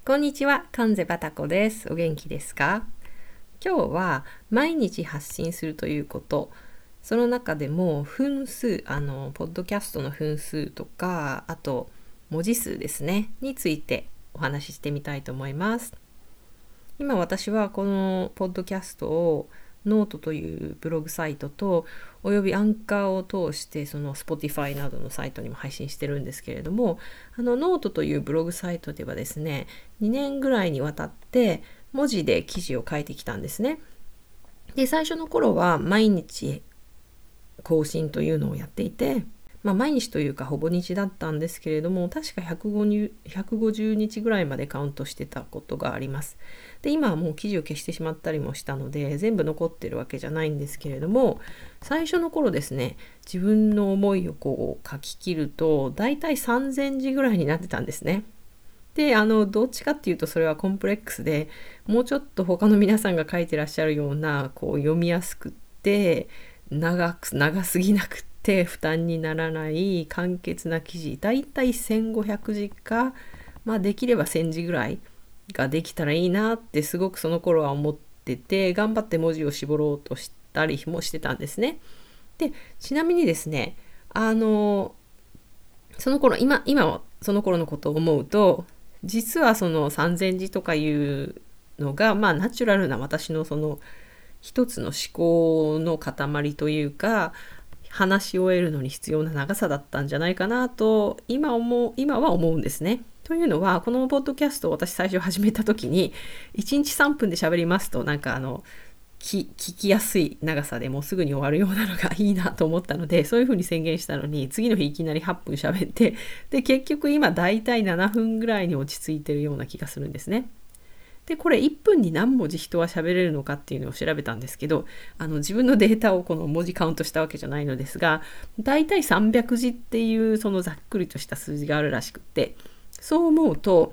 こんにちは、関瀬バタコです。お元気ですか？今日は毎日発信するということ、その中でも分数、ポッドキャストの分数とか、あと文字数ですね、についてお話ししてみたいと思います。今私はこのポッドキャストをノートというブログサイトとおよびアンカーを通してその Spotify などのサイトにも配信してるんですけれども、ノートというブログサイトではですね、2年ぐらいにわたって文字で記事を書いてきたんですね。で、最初の頃は毎日更新というのをやっていて、毎日というかほぼ日だったんですけれども、確か150日ぐらいまでカウントしてたことがあります。で、今はもう記事を消してしまったりもしたので全部残ってるわけじゃないんですけれども、最初の頃ですね、自分の思いを書き切るとだいたい3000字ぐらいになってたんですね。で、どっちかっていうとそれはコンプレックスで、もうちょっと他の皆さんが書いてらっしゃるような読みやすくって長すぎなくって負担にならない簡潔な記事、だいたい1500字か、できれば1000字ぐらいができたらいいなってすごくその頃は思ってて、頑張って文字を絞ろうとしたりもしてたんですね。で、ちなみにですね、その頃今はその頃のことを思うと、実はその3000字とかいうのがナチュラルな私のその一つの思考の塊というか、話し終えるのに必要な長さだったんじゃないかなと今は思うんですね。というのは、このポッドキャストを私最初始めた時に1日3分で喋りますと、聞きやすい長さでもうすぐに終わるようなのがいいなと思ったので、そういうふうに宣言したのに、次の日いきなり8分喋って、で結局今だいたい7分ぐらいに落ち着いてるような気がするんですね。で、これ1分に何文字人は喋れるのかっていうのを調べたんですけど、自分のデータをこの文字カウントしたわけじゃないのですが、だいたい300字っていうそのざっくりとした数字があるらしくって、そう思うと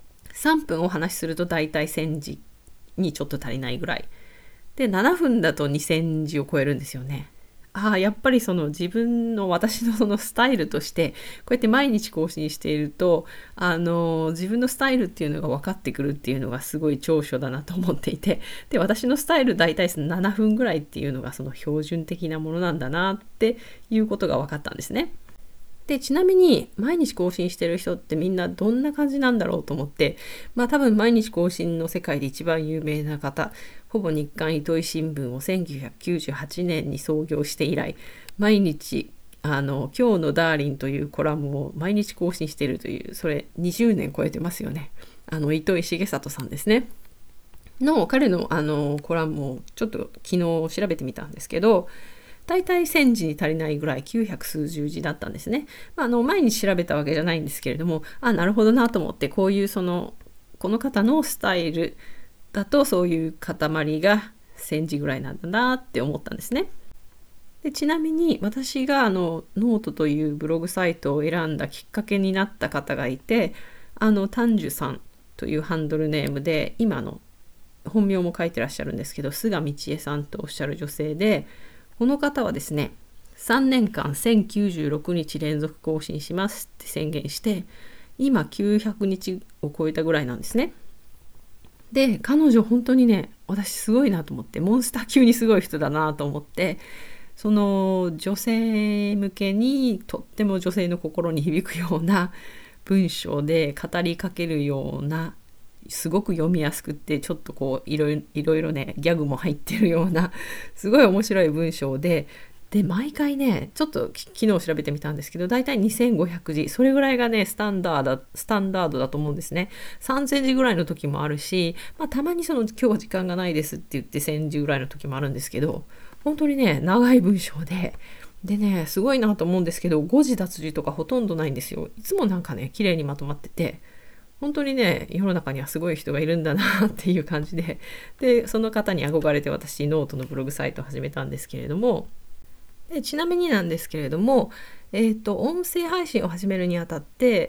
3分お話しするとだいたい1000字にちょっと足りないぐらいで、7分だと2000字を超えるんですよね。やっぱりその私のそのスタイルとして、こうやって毎日更新していると、自分のスタイルっていうのが分かってくるっていうのがすごい長所だなと思っていて、で、私のスタイル大体7分ぐらいっていうのがその標準的なものなんだなっていうことが分かったんですね。で、ちなみに毎日更新してる人ってみんなどんな感じなんだろうと思って、多分毎日更新の世界で一番有名な方、ほぼ日刊糸井新聞を1998年に創業して以来、毎日今日のダーリンというコラムを毎日更新しているという、それ20年超えてますよね。糸井重里さんですね。彼のコラムをちょっと昨日調べてみたんですけど、だいたい1000字に足りないぐらい900数十字だったんですね。毎日調べたわけじゃないんですけれども、なるほどなと思って、こういうこの方のスタイルだとそういう塊が1000字ぐらいなんだなって思ったんですね。で、ちなみに私がノートというブログサイトを選んだきっかけになった方がいて、丹樹さんというハンドルネームで、今の本名も書いてらっしゃるんですけど、菅道恵さんとおっしゃる女性で、この方はですね、3年間1096日連続更新しますって宣言して、今900日を超えたぐらいなんですね。で、彼女本当にね、私すごいなと思って、モンスター級にすごい人だなと思って、その女性向けにとっても女性の心に響くような文章で語りかけるような、すごく読みやすくって、ちょっといろいろね、ギャグも入ってるようなすごい面白い文章で、毎回ね、ちょっと昨日調べてみたんですけど、だいたい2500字、それぐらいがねスタンダードだと思うんですね。3000字ぐらいの時もあるし、たまに今日は時間がないですって言って1000字ぐらいの時もあるんですけど、本当にね長い文章でね、すごいなと思うんですけど、誤字脱字とかほとんどないんですよ。いつも綺麗にまとまってて、本当にね、世の中にはすごい人がいるんだなっていう感じで、その方に憧れて私ノートのブログサイトを始めたんですけれども、ちなみになんですけれども、音声配信を始めるにあたって、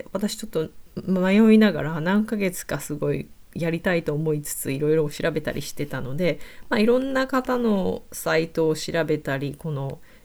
私ちょっと迷いながら何ヶ月かすごいやりたいと思いつついろいろ調べたりしてたので、いろんな方のサイトを調べたり、この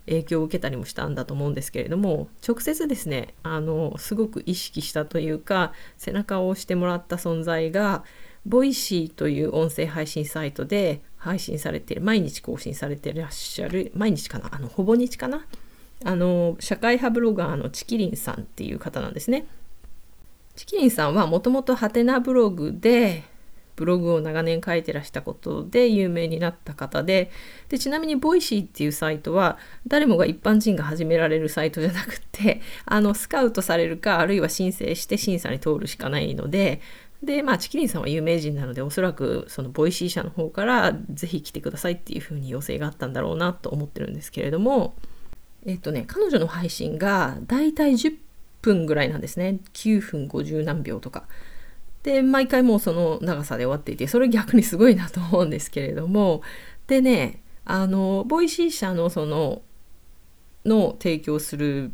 影響を受けたりもしたんだと思うんですけれども、直接ですねすごく意識したというか背中を押してもらった存在がボイシーという音声配信サイトで配信されている、毎日更新されていらっしゃる、毎日かな、ほぼ日かな、社会派ブロガーのチキリンさんっていう方なんですね。チキリンさんはもともとハテナブログでブログを長年書いてらしたことで有名になった方で、ちなみにボイシーっていうサイトは誰もが一般人が始められるサイトじゃなくて、スカウトされるかあるいは申請して審査に通るしかないので、チキリンさんは有名人なのでおそらくそのボイシー社の方からぜひ来てくださいっていう風に要請があったんだろうなと思ってるんですけれども、彼女の配信がだいたい10分ぐらいなんですね。9分50何秒とかで、毎回もうその長さで終わっていて、それ逆にすごいなと思うんですけれども、でね、ボイシー社のの提供する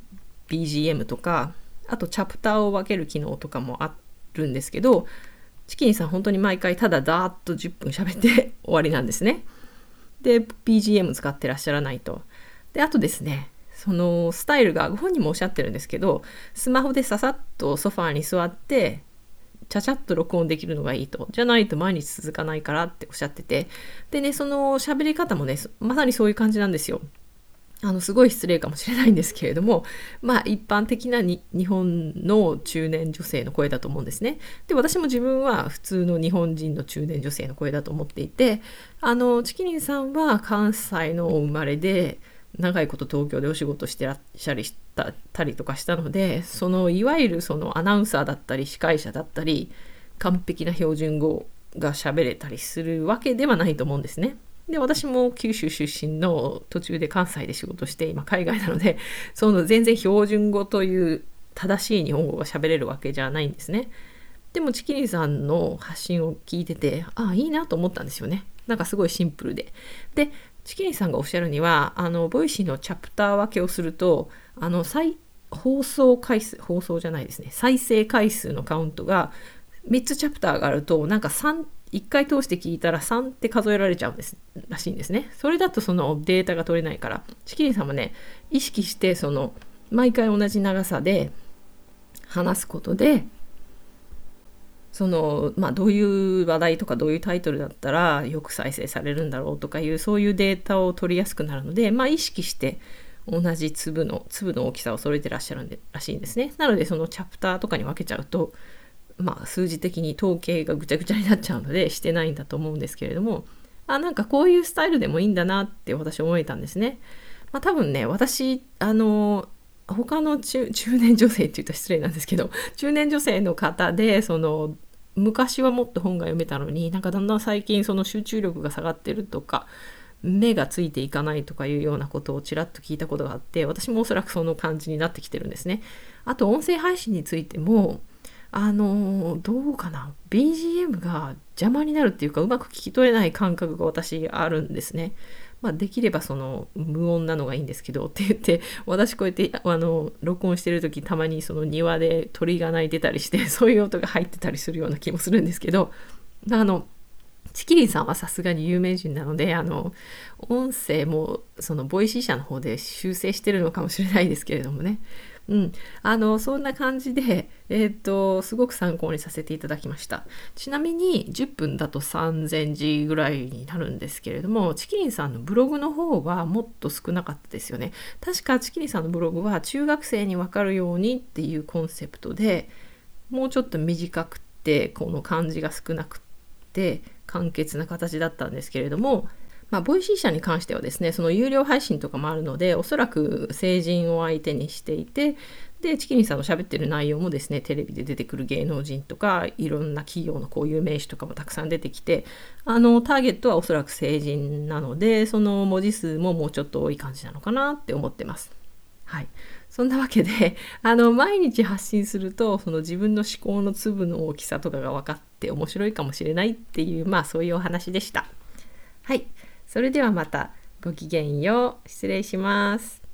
BGM とか、あとチャプターを分ける機能とかもあるんですけど、チキンさん本当に毎回ただダーッと10分喋って終わりなんですね。で BGM 使ってらっしゃらないと。であとですね、そのスタイルがご本人もおっしゃってるんですけど、スマホでささっとソファーに座ってちゃちゃっと録音できるのがいいと、じゃないと毎日続かないからっておっしゃってて、でね、その喋り方もねまさにそういう感じなんですよ。すごい失礼かもしれないんですけれども、一般的な日本の中年女性の声だと思うんですね。で私も自分は普通の日本人の中年女性の声だと思っていて、チキリンさんは関西のお生まれで長いこと東京でお仕事してらっしゃったりとかしたので、そのいわゆるそのアナウンサーだったり司会者だったり完璧な標準語が喋れたりするわけではないと思うんですね。で私も九州出身の途中で関西で仕事して今海外なので、その全然標準語という正しい日本語が喋れるわけじゃないんですね。でもチキリンさんの発信を聞いてて、いいなと思ったんですよね。なんかすごいシンプルで。でチキリンさんがおっしゃるには、ボイシーのチャプター分けをすると、放送じゃないですね、再生回数のカウントが3つチャプターがあると、なんか1回通して聞いたら3って数えられちゃうんですらしいんですね。それだとそのデータが取れないから、チキリンさんもね意識してその毎回同じ長さで話すことで、そのどういう話題とかどういうタイトルだったらよく再生されるんだろうとかいう、そういうデータを取りやすくなるので、意識して同じ粒の大きさを揃えてらっしゃるらしいんですね。なのでそのチャプターとかに分けちゃうと、数字的に統計がぐちゃぐちゃになっちゃうのでしてないんだと思うんですけれども、なんかこういうスタイルでもいいんだなって私思えたんですね。多分ね、私他の中年女性って言ったら失礼なんですけど、中年女性の方でその昔はもっと本が読めたのに、なんかだんだん最近その集中力が下がってるとか目がついていかないとかいうようなことをちらっと聞いたことがあって、私もおそらくその感じになってきてるんですね。あと音声配信についてもどうかな、 BGM が邪魔になるっていうか、うまく聞き取れない感覚が私あるんですね。できればその無音なのがいいんですけどって言って、私こうやって録音してる時たまにその庭で鳥が鳴いてたりして、そういう音が入ってたりするような気もするんですけど、チキリンさんはさすがに有名人なので、音声もそのボイシー社の方で修正してるのかもしれないですけれどもね。そんな感じで、すごく参考にさせていただきました。ちなみに10分だと3000字ぐらいになるんですけれども、チキリンさんのブログの方はもっと少なかったですよね。確かチキリンさんのブログは中学生に分かるようにっていうコンセプトで、もうちょっと短くてこの漢字が少なくて簡潔な形だったんですけれども、ボイシー社に関してはですね、その有料配信とかもあるので、おそらく成人を相手にしていて、でチキリンさんの喋ってる内容もですね、テレビで出てくる芸能人とかいろんな企業のこういう名詞とかもたくさん出てきて、ターゲットはおそらく成人なので、その文字数ももうちょっと多い感じなのかなって思ってます。はい、そんなわけで毎日発信すると、その自分の思考の粒の大きさとかが分かって面白いかもしれないっていう、そういうお話でした。はい、それではまた。ごきげんよう。失礼します。